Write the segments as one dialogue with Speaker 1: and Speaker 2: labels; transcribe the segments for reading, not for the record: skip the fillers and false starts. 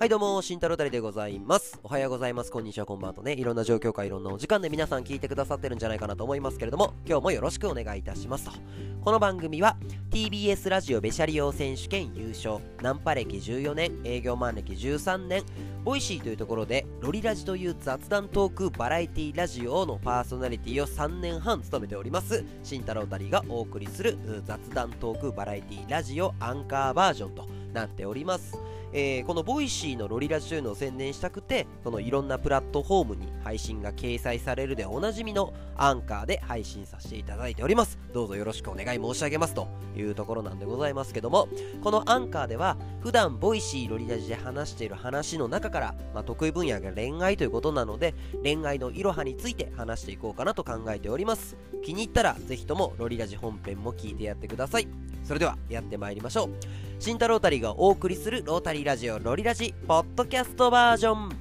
Speaker 1: はいどうも、慎太郎たりでございます。おはようございます、こんにちは、こんばんはとね、いろんな状況かいろんなお時間で皆さん聞いてくださってるんじゃないかなと思いますけれども、今日もよろしくお願いいたしますと。この番組は TBS ラジオべしゃり王選手権優勝、ナンパ歴14年、営業マン歴13年、ボイシーというところでロリラジという雑談トークバラエティラジオのパーソナリティを3年半務めております慎太郎たりがお送りする雑談トークバラエティラジオアンカーバージョンとなっております。このボイシーのロリラジというのを宣伝したくて、このいろんなプラットフォームに配信が掲載されるでおなじみのアンカーで配信させていただいております。どうぞよろしくお願い申し上げますというところなんでございますけども、このアンカーでは普段ボイシーロリラジで話している話の中から、得意分野が恋愛ということなので、恋愛のいろはについて話していこうかなと考えております。気に入ったらぜひともロリラジ本編も聞いてやってください。それではやってまいりましょう。慎太郎たりがお送りするロータリーラジオロリラジポッドキャストバージョン。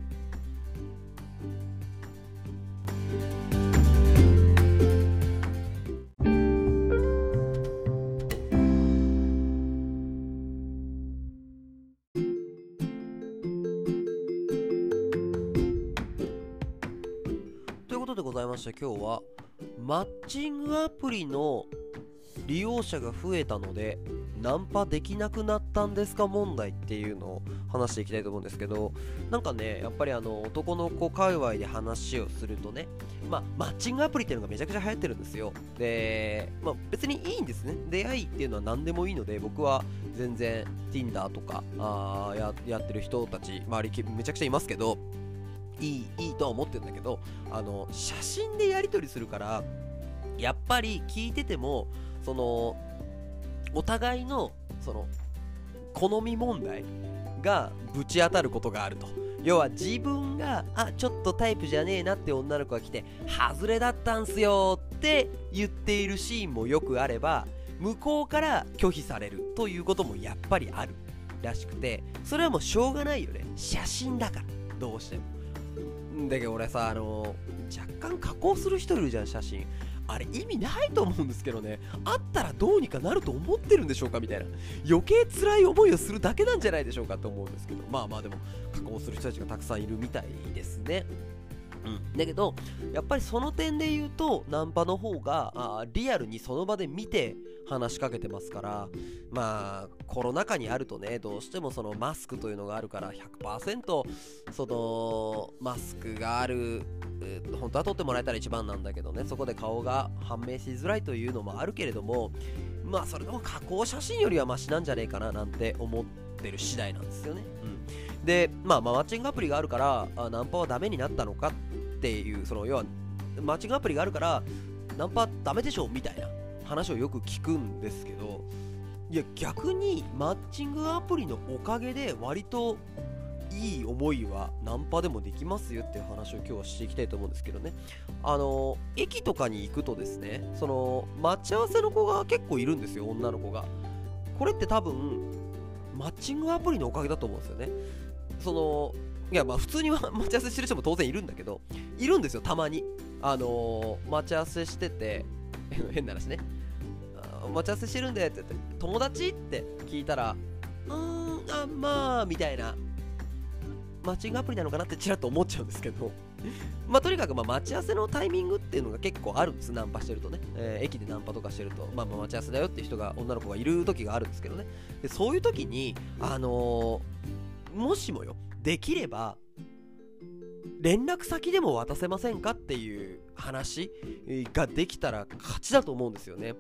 Speaker 1: ということでございまして、今日はマッチングアプリの利用者が増えたのでナンパできなくなったんですか問題っていうのを話していきたいと思うんですけど、なんかね、やっぱり男の子界隈で話をするとね、マッチングアプリっていうのがめちゃくちゃ流行ってるんですよ。で、別にいいんですね。出会いっていうのは何でもいいので、僕は全然 Tinder とかやってる人たち周りめちゃくちゃいますけど、いいとは思ってるんだけど、写真でやり取りするからやっぱり聞いててもお互いの好み問題がぶち当たることがあると。要は自分がちょっとタイプじゃねえなって女の子が来て外れだったんすよって言っているシーンもよくあれば、向こうから拒否されるということもやっぱりあるらしくて、それはもうしょうがないよね。写真だからどうしても。だけど俺さ、若干加工する人いるじゃん、写真。あれ意味ないと思うんですけどね。あったらどうにかなると思ってるんでしょうかみたいな。余計辛い思いをするだけなんじゃないでしょうかと思うんですけど、でも加工する人たちがたくさんいるみたいですね。だけどやっぱりその点で言うとナンパの方がリアルにその場で見て話しかけてますから、コロナ禍にあるとね、どうしてもそのマスクというのがあるから 100% そのマスクがある、本当は取ってもらえたら一番なんだけどね、そこで顔が判明しづらいというのもあるけれども、それでも加工写真よりはマシなんじゃねえかななんて思ってる次第なんですよね。で、マッチングアプリがあるからナンパはダメになったのかっていう、要はマッチングアプリがあるからナンパダメでしょみたいな話をよく聞くんですけど、いや逆にマッチングアプリのおかげで割といい思いはナンパでもできますよっていう話を今日はしていきたいと思うんですけどね。駅とかに行くとですね、待ち合わせの子が結構いるんですよ、女の子が。これって多分マッチングアプリのおかげだと思うんですよね。いや普通に待ち合わせしてる人も当然いるんだけど、いるんですよたまに。待ち合わせしてて変な話ね、待ち合わせしてるんでって言って友達って聞いたら、みたいな、マッチングアプリなのかなってちらっと思っちゃうんですけどとにかく待ち合わせのタイミングっていうのが結構あるんです、ナンパしてるとね。駅でナンパとかしてると待ち合わせだよっていう人が、女の子がいる時があるんですけどね。でそういう時にもしもよ、できれば連絡先でも渡せませんかっていう話ができたら勝ちだと思うんですよね。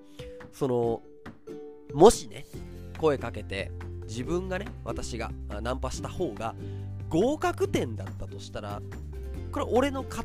Speaker 1: もしね、声かけて自分がね、私がナンパした方が合格点だったとしたら、これ俺の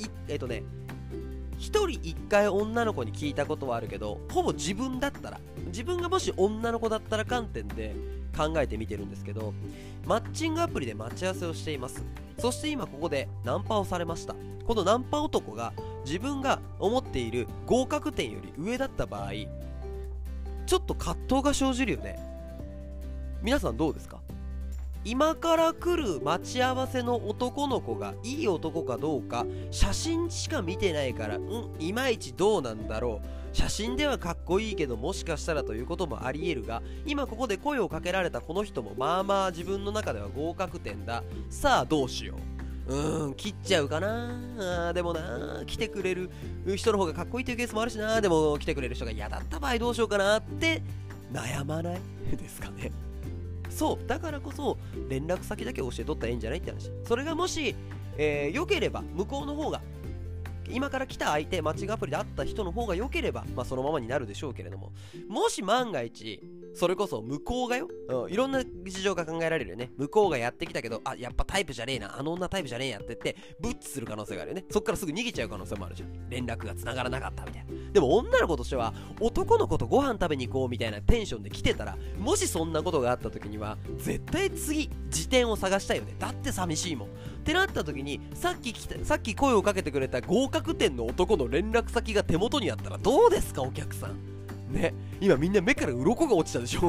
Speaker 1: 一人一回女の子に聞いたことはあるけど、ほぼ自分がもし女の子だったら観点で考えてみてるんですけど、マッチングアプリで待ち合わせをしています。そして今ここでナンパをされました。このナンパ男が自分が思っている合格点より上だった場合、ちょっと葛藤が生じるよね。皆さんどうですか？ 今から来る待ち合わせの男の子がいい男かどうか写真しか見てないから、いまいちどうなんだろう、写真ではかっこいいけどもしかしたらということもありえるが、今ここで声をかけられたこの人もまあまあ自分の中では合格点だ。さあどうしよう。切っちゃうかな。でもな、来てくれる人の方がかっこいいというケースもあるしな。でも来てくれる人が嫌だった場合どうしようかなって悩まないですかね。そうだからこそ連絡先だけ教えとったらいいんじゃないって話。それがもし良ければ、向こうの方が今から来た相手、マッチングアプリで会った人の方が良ければ、そのままになるでしょうけれども、もし万が一それこそ向こうがよ、いろんな事情が考えられるよね。向こうがやってきたけど、やっぱタイプじゃねえな、あの女タイプじゃねえやって言ってブッチする可能性があるよね。そっからすぐ逃げちゃう可能性もあるじゃん。連絡が繋がらなかったみたいな。でも女の子としては男の子とご飯食べに行こうみたいなテンションで来てたら、もしそんなことがあった時には絶対次時点を探したいよね。だって寂しいもんってなった時に、さっき声をかけてくれた合格点の男の連絡先が手元にあったらどうですか、お客さんね。今みんな目から鱗が落ちたでしょ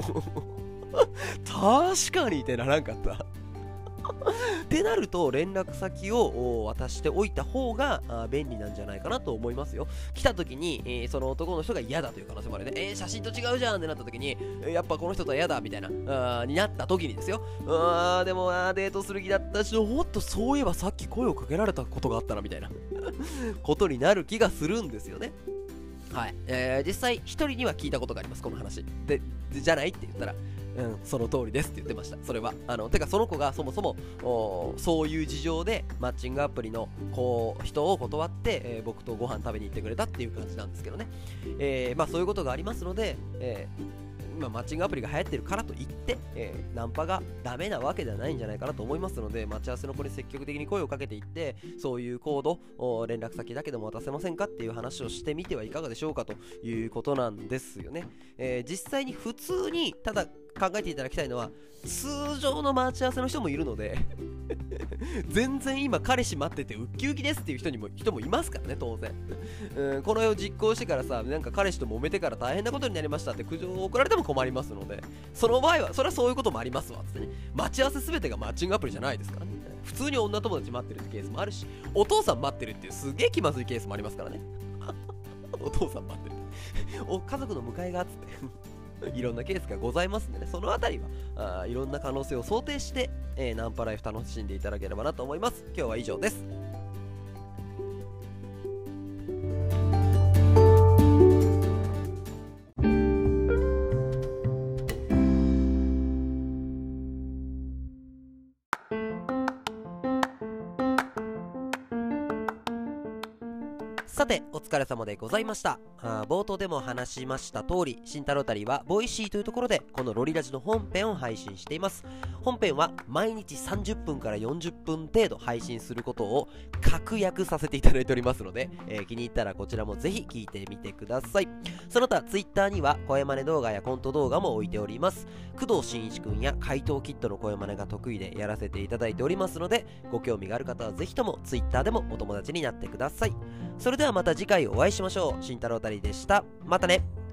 Speaker 1: 確かにってならんかったってなると連絡先を渡しておいた方が便利なんじゃないかなと思いますよ。来た時に、その男の人が嫌だという可能性もあるね。写真と違うじゃんってなった時に、やっぱこの人とは嫌だみたいなになった時にですよ。でもデートする気だったし、おっとそういえばさっき声をかけられたことがあったなみたいなことになる気がするんですよね。はい、実際一人には聞いたことがあります、この話で。じゃないって言ったら、その通りですって言ってました。それはてかその子がそもそもそういう事情でマッチングアプリの人を断って、僕とご飯食べに行ってくれたっていう感じなんですけどね。そういうことがありますので、今マッチングアプリが流行ってるからといって、ナンパがダメなわけではないんじゃないかなと思いますので、待ち合わせの子に積極的に声をかけていって、そういうコード、連絡先だけでも渡せませんかっていう話をしてみてはいかがでしょうかということなんですよね。実際に普通にただ考えていただきたいのは、通常の待ち合わせの人もいるので全然今彼氏待っててウッキウキですっていう人もいますからね、当然。この絵を実行してからさ、なんか彼氏と揉めてから大変なことになりましたって苦情を送られても困りますので、その場合はそれはそういうこともありますわっつってね。待ち合わせ全てがマッチングアプリじゃないですからね。普通に女友達待ってるってケースもあるし、お父さん待ってるっていうすげえ気まずいケースもありますからねお父さん待ってる家族の迎えがっつっていろんなケースがございますんでね、そのあたりはいろんな可能性を想定して、ナンパライフ楽しんでいただければなと思います。今日は以上です。さてお疲れ様でございました。冒頭でも話しました通り、新太郎たりはボイシーというところでこのロリラジの本編を配信しています。本編は毎日30分から40分程度配信することを確約させていただいておりますので、気に入ったらこちらもぜひ聞いてみてください。その他ツイッターには声真似動画やコント動画も置いております。工藤新一くんや怪盗キッドの声真似が得意でやらせていただいておりますので、ご興味がある方はぜひともツイッターでもお友達になってください。それではまた次回お会いしましょう。慎太郎たりでした。またね。